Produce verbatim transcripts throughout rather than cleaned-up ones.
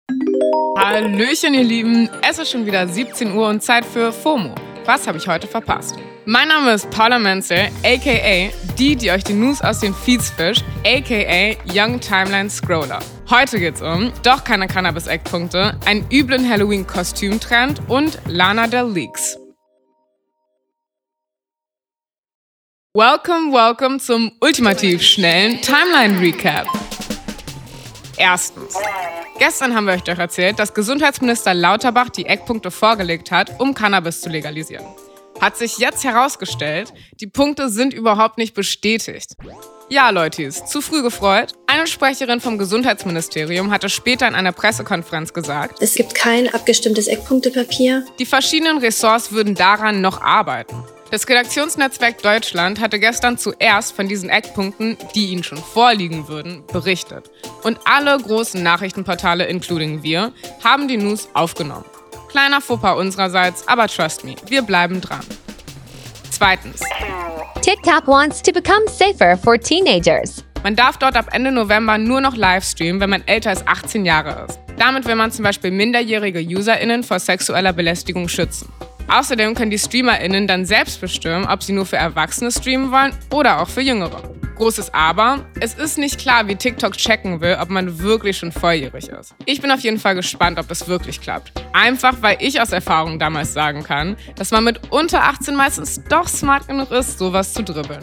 Hallöchen, ihr Lieben. Es ist schon wieder siebzehn Uhr und Zeit für FOMO. Was habe ich heute verpasst? Mein Name ist Paula Menzel, aka die, die euch die News aus den Feeds fischt, aka Young Timeline Scroller. Heute geht's um doch keine Cannabis-Eckpunkte, einen üblen Halloween-Kostümtrend und Lana Del Leaks. Welcome, welcome zum ultimativ schnellen Timeline-Recap. Erstens. Gestern haben wir euch doch erzählt, dass Gesundheitsminister Lauterbach die Eckpunkte vorgelegt hat, um Cannabis zu legalisieren. Hat sich jetzt herausgestellt, die Punkte sind überhaupt nicht bestätigt. Ja, Leutis, zu früh gefreut? Eine Sprecherin vom Gesundheitsministerium hatte später in einer Pressekonferenz gesagt, es gibt kein abgestimmtes Eckpunktepapier. Die verschiedenen Ressorts würden daran noch arbeiten. Das Redaktionsnetzwerk Deutschland hatte gestern zuerst von diesen Eckpunkten, die ihnen schon vorliegen würden, berichtet. Und alle großen Nachrichtenportale, including wir, haben die News aufgenommen. Kleiner Fauxpas unsererseits, aber trust me, wir bleiben dran. Zweitens. TikTok wants to become safer for teenagers. Man darf dort ab Ende November nur noch live streamen, wenn man älter als achtzehn Jahre ist. Damit will man zum Beispiel minderjährige UserInnen vor sexueller Belästigung schützen. Außerdem können die StreamerInnen dann selbst bestimmen, ob sie nur für Erwachsene streamen wollen oder auch für Jüngere. Großes Aber, es ist nicht klar, wie TikTok checken will, ob man wirklich schon volljährig ist. Ich bin auf jeden Fall gespannt, ob das wirklich klappt. Einfach, weil ich aus Erfahrung damals sagen kann, dass man mit unter achtzehn meistens doch smart genug ist, sowas zu dribbeln.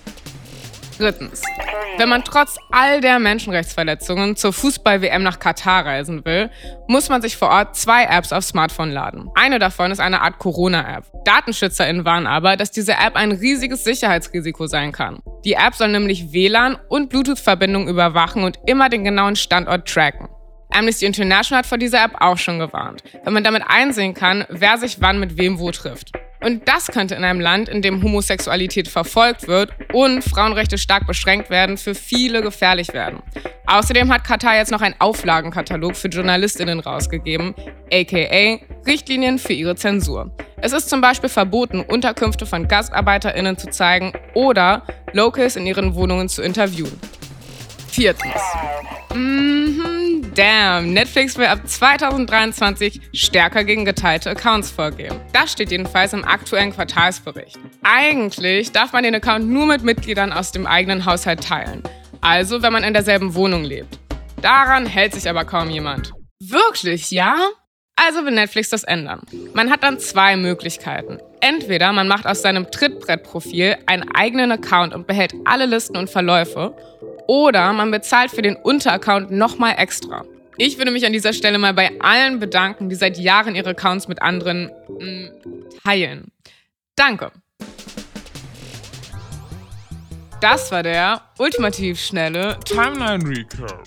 Drittens. Wenn man trotz all der Menschenrechtsverletzungen zur Fußball-W M nach Katar reisen will, muss man sich vor Ort zwei Apps aufs Smartphone laden. Eine davon ist eine Art Corona-App. DatenschützerInnen warnen aber, dass diese App ein riesiges Sicherheitsrisiko sein kann. Die App soll nämlich W L A N und Bluetooth-Verbindungen überwachen und immer den genauen Standort tracken. Amnesty International hat vor dieser App auch schon gewarnt, wenn man damit einsehen kann, wer sich wann mit wem wo trifft. Und das könnte in einem Land, in dem Homosexualität verfolgt wird und Frauenrechte stark beschränkt werden, für viele gefährlich werden. Außerdem hat Katar jetzt noch einen Auflagenkatalog für JournalistInnen rausgegeben, aka Richtlinien für ihre Zensur. Es ist zum Beispiel verboten, Unterkünfte von GastarbeiterInnen zu zeigen oder Locals in ihren Wohnungen zu interviewen. Viertens. Mhm, damn. Netflix will ab zweitausenddreiundzwanzig stärker gegen geteilte Accounts vorgehen. Das steht jedenfalls im aktuellen Quartalsbericht. Eigentlich darf man den Account nur mit Mitgliedern aus dem eigenen Haushalt teilen. Also, wenn man in derselben Wohnung lebt. Daran hält sich aber kaum jemand. Wirklich, ja? Also will Netflix das ändern. Man hat dann zwei Möglichkeiten. Entweder man macht aus seinem Trittbrettprofil einen eigenen Account und behält alle Listen und Verläufe, oder man bezahlt für den Unteraccount nochmal extra. Ich würde mich an dieser Stelle mal bei allen bedanken, die seit Jahren ihre Accounts mit anderen mh, teilen. Danke. Das war der ultimativ schnelle Timeline Recap.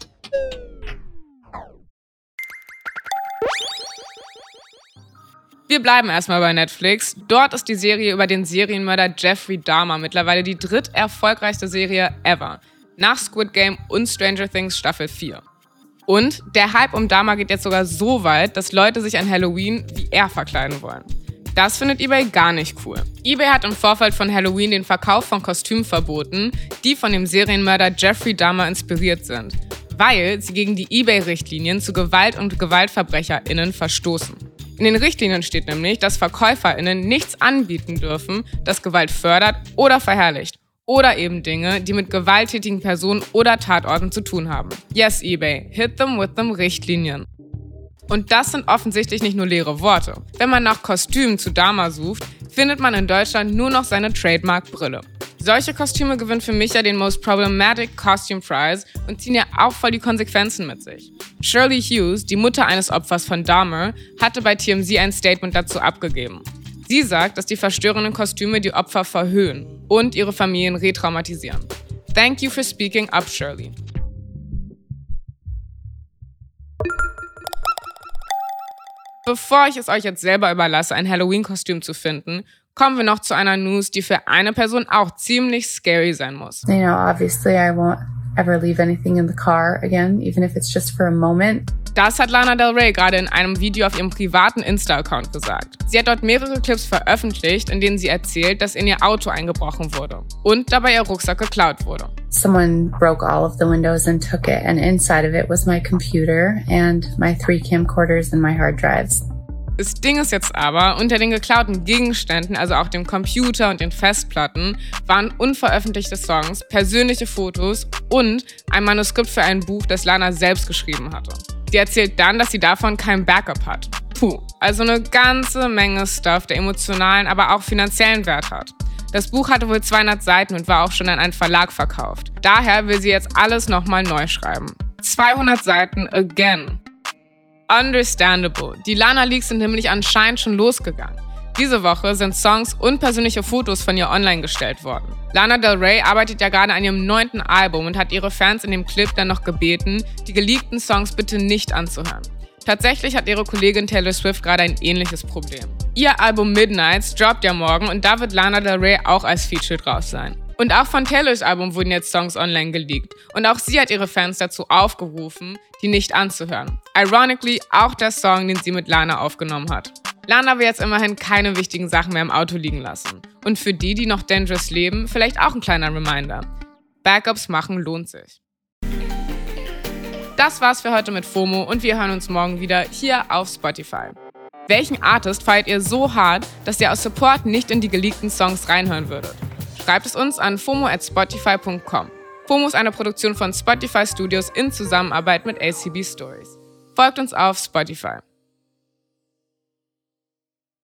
Wir bleiben erstmal bei Netflix. Dort ist die Serie über den Serienmörder Jeffrey Dahmer mittlerweile die dritterfolgreichste Serie ever. Nach Squid Game und Stranger Things Staffel vier. Und der Hype um Dahmer geht jetzt sogar so weit, dass Leute sich an Halloween wie er verkleiden wollen. Das findet eBay gar nicht cool. eBay hat im Vorfeld von Halloween den Verkauf von Kostümen verboten, die von dem Serienmörder Jeffrey Dahmer inspiriert sind, weil sie gegen die eBay-Richtlinien zu Gewalt- und GewaltverbrecherInnen verstoßen. In den Richtlinien steht nämlich, dass VerkäuferInnen nichts anbieten dürfen, das Gewalt fördert oder verherrlicht. Oder eben Dinge, die mit gewalttätigen Personen oder Tatorten zu tun haben. Yes, eBay, hit them with them Richtlinien. Und das sind offensichtlich nicht nur leere Worte. Wenn man nach Kostümen zu Dahmer sucht, findet man in Deutschland nur noch seine Trademark-Brille. Solche Kostüme gewinnen für mich ja den Most Problematic Costume Prize und ziehen ja auch voll die Konsequenzen mit sich. Shirley Hughes, die Mutter eines Opfers von Dahmer, hatte bei T M Z ein Statement dazu abgegeben. Sie sagt, dass die verstörenden Kostüme die Opfer verhöhnen und ihre Familien retraumatisieren. Thank you for speaking up, Shirley. Bevor ich es euch jetzt selber überlasse, ein Halloween-Kostüm zu finden, kommen wir noch zu einer News, die für eine Person auch ziemlich scary sein muss. You know, obviously I won't ever leave anything in the car again, even if it's just for a moment. Das hat Lana Del Rey gerade in einem Video auf ihrem privaten Insta-Account gesagt. Sie hat dort mehrere Clips veröffentlicht, in denen sie erzählt, dass in ihr Auto eingebrochen wurde und dabei ihr Rucksack geklaut wurde. Someone broke all of the windows and took it, and inside of it was my computer and my three camcorders and my hard drives. Das Ding ist jetzt aber, unter den geklauten Gegenständen, also auch dem Computer und den Festplatten, waren unveröffentlichte Songs, persönliche Fotos und ein Manuskript für ein Buch, das Lana selbst geschrieben hatte. Sie erzählt dann, dass sie davon kein Backup hat. Puh, also eine ganze Menge Stuff, der emotionalen, aber auch finanziellen Wert hat. Das Buch hatte wohl zweihundert Seiten und war auch schon an einen Verlag verkauft. Daher will sie jetzt alles nochmal neu schreiben. zweihundert Seiten again. Understandable. Die Lana-Leaks sind nämlich anscheinend schon losgegangen. Diese Woche sind Songs und persönliche Fotos von ihr online gestellt worden. Lana Del Rey arbeitet ja gerade an ihrem neunten Album und hat ihre Fans in dem Clip dann noch gebeten, die geleakten Songs bitte nicht anzuhören. Tatsächlich hat ihre Kollegin Taylor Swift gerade ein ähnliches Problem. Ihr Album Midnights droppt ja morgen und da wird Lana Del Rey auch als Feature drauf sein. Und auch von Taylors Album wurden jetzt Songs online geleakt. Und auch sie hat ihre Fans dazu aufgerufen, die nicht anzuhören. Ironically auch der Song, den sie mit Lana aufgenommen hat. Lana will jetzt immerhin keine wichtigen Sachen mehr im Auto liegen lassen. Und für die, die noch dangerous leben, vielleicht auch ein kleiner Reminder. Backups machen lohnt sich. Das war's für heute mit FOMO und wir hören uns morgen wieder hier auf Spotify. Welchen Artist feiert ihr so hart, dass ihr aus Support nicht in die geleakten Songs reinhören würdet? Schreibt es uns an fomo at spotify punkt com. FOMO ist eine Produktion von Spotify Studios in Zusammenarbeit mit A C B Stories. Folgt uns auf Spotify.